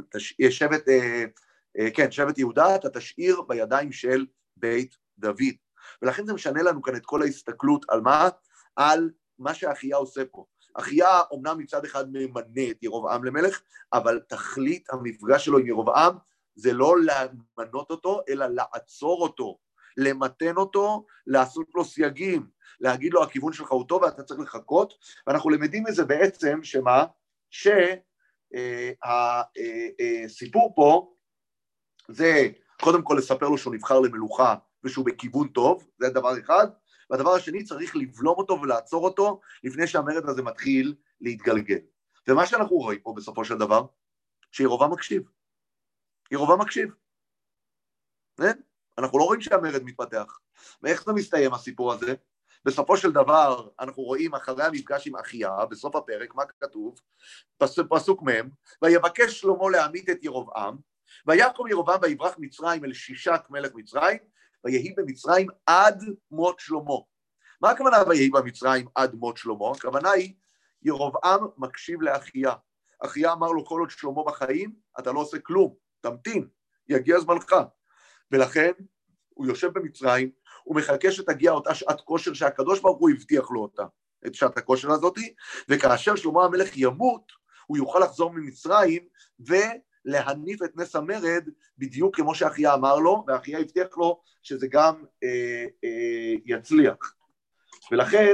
שבט יהודה, אתה תשאיר בידיים של בית דוד. ולכן זה משנה לנו כאן את כל ההסתכלות על מה? על מה שאחיה עושה פה. אחיה אומנם מצד אחד ממנה את ירובעם למלך, אבל תכלית המפגש שלו עם ירובעם, זה לא למנות אותו, אלא לעצור אותו, למתן אותו, לעשות לו סייגים, להגיד לו הכיוון שלך הוא טוב ואתה צריך לחכות, ואנחנו למדים מזה בעצם שמה? שהסיפור פה זה קודם כל לספר לו שהוא נבחר למלוכה ושהוא בכיוון טוב, זה דבר אחד, והדבר השני צריך לבלום אותו ולעצור אותו לפני שהמרד הזה מתחיל להתגלגל. ומה שאנחנו רואים פה בסופו של דבר, שירובעם מקשיב. ירובעם מקשיב. אנחנו לא רואים שהמרד מתפתח. ואיך זה מסתיים הסיפור הזה? בסופו של דבר אנחנו רואים אחרי המפגש עם אחיה, בסוף הפרק, מה כתוב? פסוק מ' ויבקש שלמה להמית את ירובעם, ויקום ירובעם ויברח מצרים אל שישק מלך מצרים, ויהי במצרים עד מות שלמה. מה הכוונה ויהי במצרים עד מות שלמה? הכוונה היא, ירובעם מקשיב לאחיה. אחיה אמר לו, כל עוד שלמה בחיים, אתה לא עושה כלום, תמתין, יגיע זמנך. ולכן הוא יושב במצרים, הוא מחכה שתגיע אותה שעת כושר שהקדוש ברוך הוא הבטיח לו אותה, את שעת הכושר הזאת, וכאשר שלמה המלך ימות, הוא יוכל לחזור ממצרים ולהניף את נס המרד בדיוק כמו שאחיה אמר לו, ואחיה הבטיח לו שזה גם יצליח. ולכן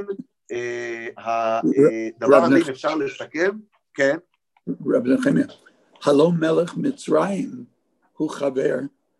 הדבר הזה אם אפשר לסכם, כן? רב נחמיה, הלא מלך מצרים הוא חבר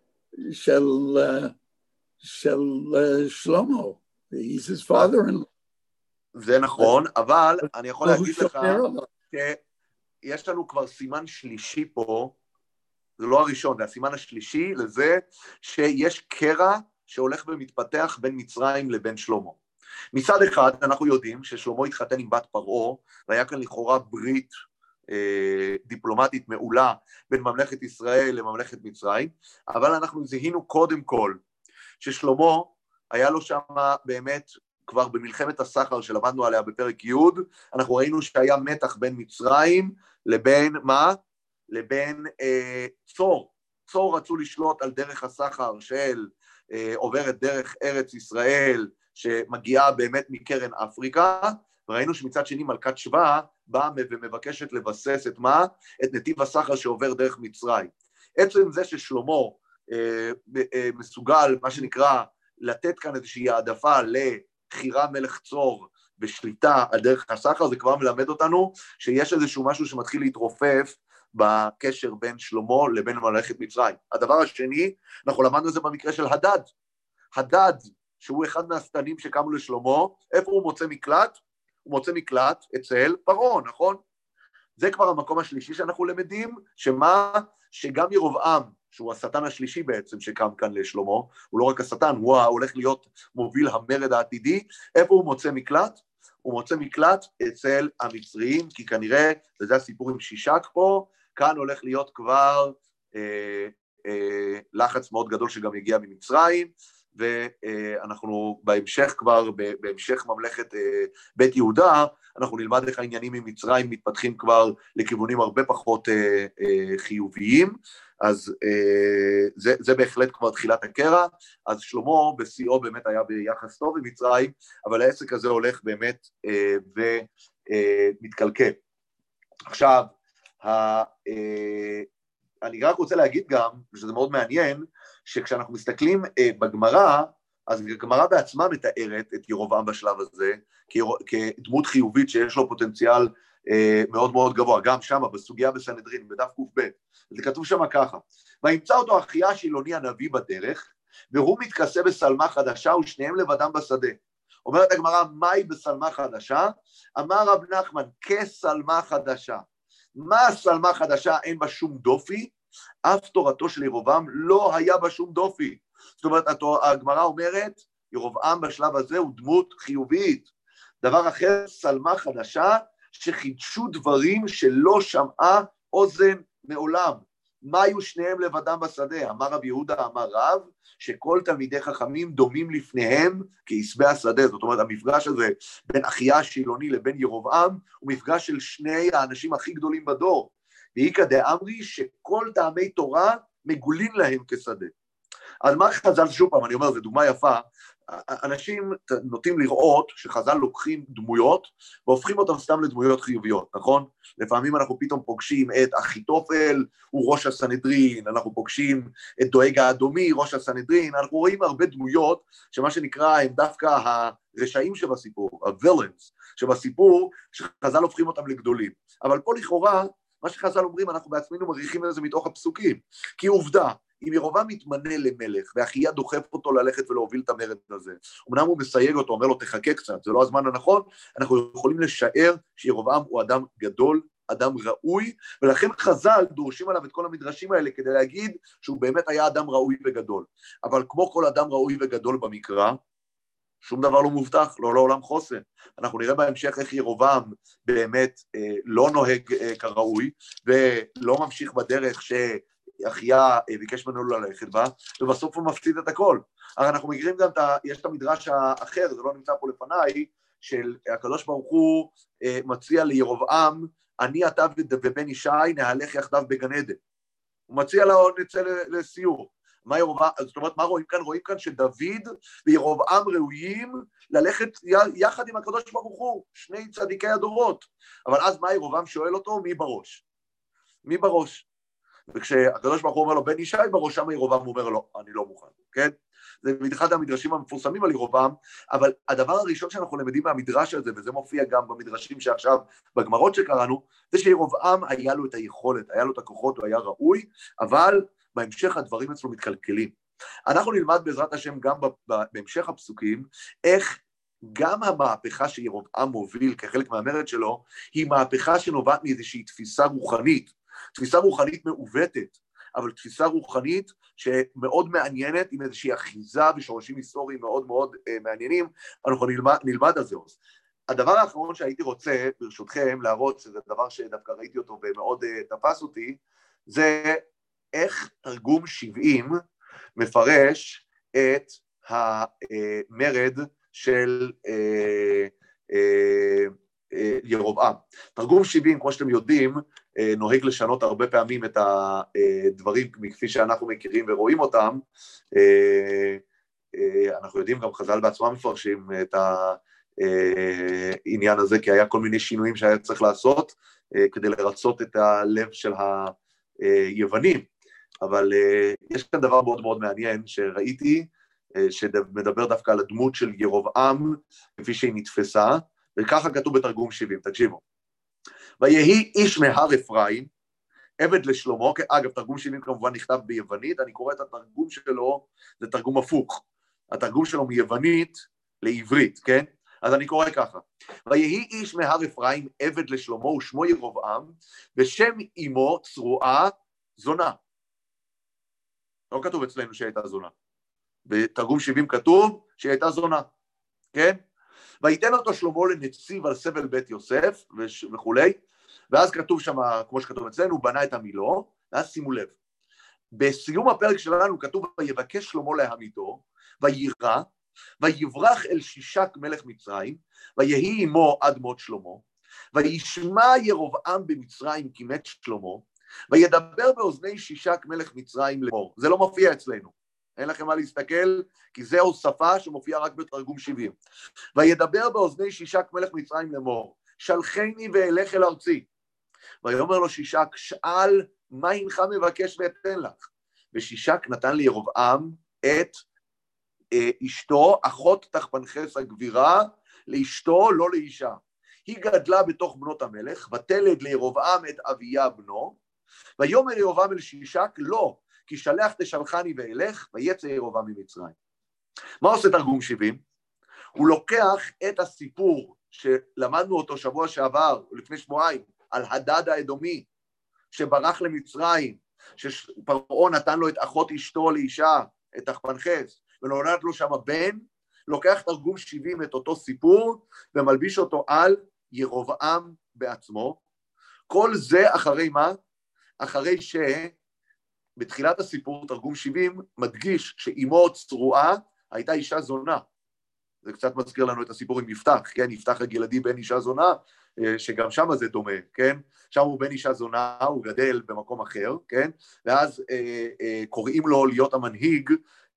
של שלמה, he's his father-in-law. זה נכון, אבל אני יכול להגיד לך שיש לנו כבר סימן שלישי פה, זה לא הראשון, זה הסימן השלישי לזה שיש קרע שהולך ומתפתח בין מצרים לבין שלמה. מצד אחד אנחנו יודעים ששלמה התחתן עם בת פרעה, והיה כאן לכאורה ברית דיפלומטית מעולה בין ממלכת ישראל לממלכת מצרים, אבל אנחנו זיהינו קודם כל ששלמה היה לו שם באמת כבר במלחמת הסחר שלמדנו עליה בפרק י', אנחנו ראינו שהיה מתח בין מצרים לבין מה? לבין צור. צור רצו לשלוט על דרך הסחר של עוברת דרך ארץ ישראל שמגיעה באמת מקרן אפריקה, וראינו שמצד שני מלכת שבא באה ומבקשת לבסס את מה? את נתיב הסחר שעובר דרך מצרים. עצם זה ששלמה מסוגל, מה שנקרא, לתת כאן איזושהי העדפה לבחירה מלך צור בשליטה על דרך הסחר, זה כבר מלמד אותנו שיש איזשהו משהו שמתחיל להתרופף בקשר בין שלמה לבין ממלכת מצרים. הדבר השני, אנחנו למדנו את זה במקרה של הדד. הדד, שהוא אחד מהשטנים שקמו לשלמה, איפה הוא מוצא מקלט? הוא מוצא מקלט אצל פרעה, נכון? זה כבר המקום השלישי שאנחנו למדים, שגם ירובעם, שהוא השטן השלישי בעצם שקם כאן לשלמה, הוא לא רק השטן, הוא הולך להיות מוביל המרד העתידי. איפה הוא מוצא מקלט? הוא מוצא מקלט אצל המצריים, כי כנראה, וזה הסיפור עם שישק פה, כאן הולך להיות כבר לחץ מאוד גדול שגם הגיע ממצרים, ואנחנו בהמשך כבר, בהמשך ממלכת בית יהודה, אנחנו נלמד איך העניינים עם מצרים מתפתחים כבר לכיוונים הרבה פחות חיוביים, אז זה בהחלט כבר תחילת הקרע. אז שלמה בשיאו באמת היה ביחס טוב עם מצרים, אבל העסק הזה הולך באמת ומתקלקל. עכשיו, אני רק רוצה להגיד גם, ושזה מאוד מעניין, שכשאנחנו מסתכלים בגמרא, אז הגמרא בעצמה מתארת את ירבעם בשלב הזה, כדמות חיובית שיש לו פוטנציאל מאוד מאוד גבוה, גם שם בסוגיה בסנהדרין, בדף ק"ב, זה כתוב שם ככה, וימצא אותו אחיה שילוני הנביא בדרך, והוא מתכסה בשלמה חדשה ושניהם לבדם בשדה. אומרת הגמרא, מהי בשלמה חדשה? אמר רב נחמן, כשלמה חדשה. מה השלמה חדשה? אין בה שום דופי, אף תורתו של ירבעם לא היה בה שום דופי. זאת אומרת, הגמרא אומרת, ירבעם בשלב הזה הוא דמות חיובית. דבר אחר, שלמה חדשה, שחידשו דברים שלא שמעה אוזן מעולם. מה היו שניהם לבדם בשדה? אמר רב יהודה, אמר רב, שכל תלמידי חכמים דומים לפניהם כעשבי השדה. זאת אומרת, המפגש הזה בין אחיה השילוני לבין ירבעם, הוא מפגש של שני האנשים הכי גדולים בדור. ואיכא דאמרי שכל טעמי תורה מגולין להם כשדה. אז מה חז"ל, שוב פעם, אני אומר, זו דוגמה יפה, אנשים נוטים לראות שחז"ל לוקחים דמויות, והופכים אותם סתם לדמויות חיוביות, נכון? לפעמים אנחנו פתאום פוגשים את אחיתופל, הוא ראש הסנהדרין, אנחנו פוגשים את דואג האדומי, ראש הסנהדרין, אנחנו רואים הרבה דמויות, שמה שנקרא הם דווקא הרשעים שבסיפור, הווילאנס שבסיפור, שחז"ל הופכים אותם לגדולים. אבל פה לכאורה, מה שחז"ל אומרים, אנחנו בעצמנו מריחים את זה מתוך הפסוקים, כי עובדה, אם ירבעם מתמנה למלך, ואחיה דוחף אותו ללכת ולהוביל את המרד הזה, אמנם הוא מסייג אותו, אומר לו תחכה קצת, זה לא הזמן הנכון, אנחנו יכולים לשער שירבעם הוא אדם גדול, אדם ראוי, ולכן חז"ל דורשים עליו את כל המדרשים האלה, כדי להגיד שהוא באמת היה אדם ראוי וגדול. אבל כמו כל אדם ראוי וגדול במקרא, שום דבר לא מובטח, לא לעולם חוסן. אנחנו נראה בהמשך איך ירבעם באמת לא נוהג כראוי, ולא ממשיך בדרך אחיה ביקש ממנו ללכת בה, ובסוף הוא מפסיד את הכל. הרי אנחנו מכירים גם, יש את המדרש האחר, זה לא נמצא פה לפניי, של הקדוש ברוך הוא מציע לירבעם, אני אתה ובן ישי נהלך יחדיו בגן עדן. הוא מציע לו נצא לסיור. מה ירבעם, זאת אומרת, מה רואים כאן? רואים כאן שדוד וירבעם ראויים ללכת יחד עם הקדוש ברוך הוא, שני צדיקי הדורות. אבל אז מה ירבעם שואל אותו? מי בראש? מי בראש? וכשהקדוש ברוך הוא אומר לו, בן ישי בראשם ירבעם, הוא אומר לו, אני לא מוכן, כן? זה אחד המדרשים המפורסמים על ירבעם, אבל הדבר הראשון שאנחנו למדים מהמדרש הזה, וזה מופיע גם במדרשים שעכשיו, בגמרות שקראנו, זה שירבעם היה לו את היכולת, היה לו את הכוחות, הוא היה ראוי, אבל בהמשך הדברים אצלו מתקלקלים. אנחנו נלמד בעזרת השם גם בהמשך הפסוקים, איך גם המהפכה שירבעם מוביל כחלק מהמרד שלו, היא מהפכה שנובעת מאיזושהי תפיסה רוחנית מעוותת, אבל תפיסה רוחנית שמאוד מעניינת, עם איזושהי אחיזה ושורשים היסטוריים מאוד מאוד מעניינים, אנחנו נלמד על זה. הדבר האחרון שהייתי רוצה, ברשותכם, להראות, שזה דבר שדווקא ראיתי אותו ומאוד תפס אותי, זה איך תרגום 70 מפרש את המרד של ירבעם. תרגום 70, כמו שאתם יודעים, נוהג לשנות הרבה פעמים את הדברים כפי שאנחנו מכירים ורואים אותם. אנחנו יודעים, גם חז"ל בעצמם מפרשים את העניין הזה, כי היה כל מיני שינויים שהיה צריך לעשות כדי לרצות את הלב של היוונים. אבל יש כאן דבר מאוד מאוד מעניין שראיתי, שמדבר דווקא על הדמות של ירבעם, כפי שהיא נתפסה, וככה כתוב בתרגום 70, תקשיבו. ויהי איש מהר אפרים, עבד לשלמה, אגב, תרגום 70 כמובן נכתב ביוונית, אני קורא את התרגום שלו, זה תרגום הפוך, התרגום שלו מיוונית לעברית, כן? אז אני קורא ככה, ויהי איש מהר אפרים, עבד לשלמה, ושמו ירבעם, ושם אמו צרועה זונה. לא כתוב אצלנו שהיא הייתה זונה. בתרגום 70 כתוב שהיא הייתה זונה, כן? ויתן אותו שלמה לנציב על סבל בית יוסף וכולי, ואז כתוב שם, כמו שכתוב אצלנו, בנה את המילו, ואז שימו לב. בסיום הפרק שלנו כתוב, ויבקש שלמה להמיתו, וירא, ויברח אל שישק מלך מצרים, ויהי עמו עד מות שלמה, וישמע ירבעם במצרים כי מת שלמה, וידבר באוזני שישק מלך מצרים לאמור. זה לא מופיע אצלנו, אין לכם מה להסתכל, כי זה הוספה שמופיע רק בתרגום 70. וידבר באוזני שישק מלך מצרים לאמור, שלחני ואלך אל ארצי. ויאמר לו שישק, שאל מה הנך מבקש ואתן לך. ושישק נתן לירבעם את אשתו, אחות תחפנחס הגבירה, לאשתו, לא לאישה. היא גדלה בתוך בנות המלך, ותלד לירבעם את אביה בנו, ויאמר ירבעם אל שישק, לא, כי שלח תשלחני ואלך, ויצא ירבעם ממצרים. מה עושה תרגום 70? הוא לוקח את הסיפור שלמדנו אותו שבוע שעבר, לפני שבועיים, על הדד האדומי, שברח למצרים, שפרעה נתן לו את אחות אשתו לאישה, את תחפנחס, ונולד לו שם בן, לוקח תרגום 70 את אותו סיפור, ומלביש אותו על ירבעם בעצמו. כל זה אחרי מה? אחרי שבתחילת הסיפור, תרגום 70, מדגיש שאמו צרועה הייתה אישה זונה. זה קצת מזכיר לנו את הסיפור עם יפתח, כן? יפתח הגלעדי בן אישה זונה, שגם שם זה דומה, כן? שם הוא בן אישה זונה, הוא גדל במקום אחר, כן? ואז קוראים לו להיות המנהיג,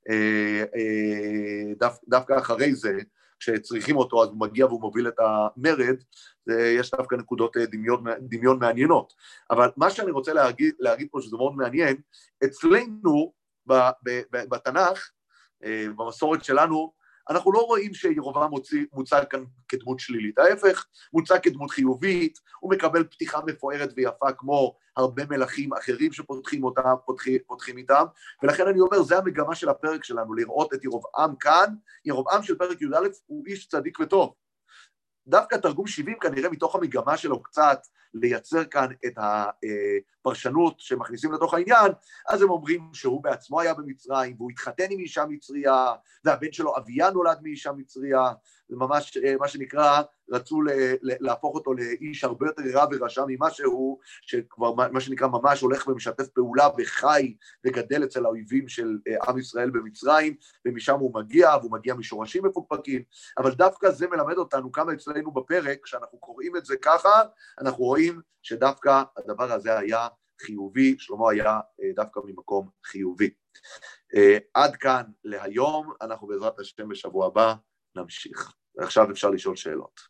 דווקא אחרי זה, כשצריכים אותו, אז הוא מגיע והוא מוביל את המרד, יש דווקא נקודות דמיון מעניינות. אבל מה שאני רוצה להגיד פה, שזה מאוד מעניין, אצלנו בתנ"ך, במסורת שלנו, אנחנו לא רואים שירבעם מוצג כאן כדמות שלילית, ההפך, מוצג כדמות חיובית, הוא מקבל פתיחה מפוארת ויפה כמו הרבה מלכים אחרים פותחים איתם, ולכן אני אומר, זה המגמה של הפרק שלנו, לראות את ירבעם כאן, ירבעם של פרק י"א הוא איש צדיק וטוב. דווקא תרגום 70 כנראה מתוך המגמה שלו קצת לייצר כאן את הפרשנות שמכניסים לתוך העניין, אז הם אומרים שהוא בעצמו היה במצרים, והוא התחתן עם אישה מצריה, והבן שלו אביה נולד מאישה מצריה, זה ממש מה שנקרא, רצו להפוך אותו לאיש הרבה יותר רע ורשע ממה שהוא, שכבר מה שנקרא ממש הולך ומשתף פעולה וחי וגדל אצל האויבים של עם ישראל במצרים, ומשם הוא מגיע, והוא מגיע משורשים מפוקפקים, אבל דווקא זה מלמד אותנו כמה אצלנו בפרק, כשאנחנו קוראים את זה ככה, אנחנו רואים שדווקא הדבר הזה היה חיובי, שלמה היה דווקא ממקום חיובי. עד כאן להיום, אנחנו בעזרת השם בשבוע הבא נמשיך. ועכשיו אפשר לשאול שאלות.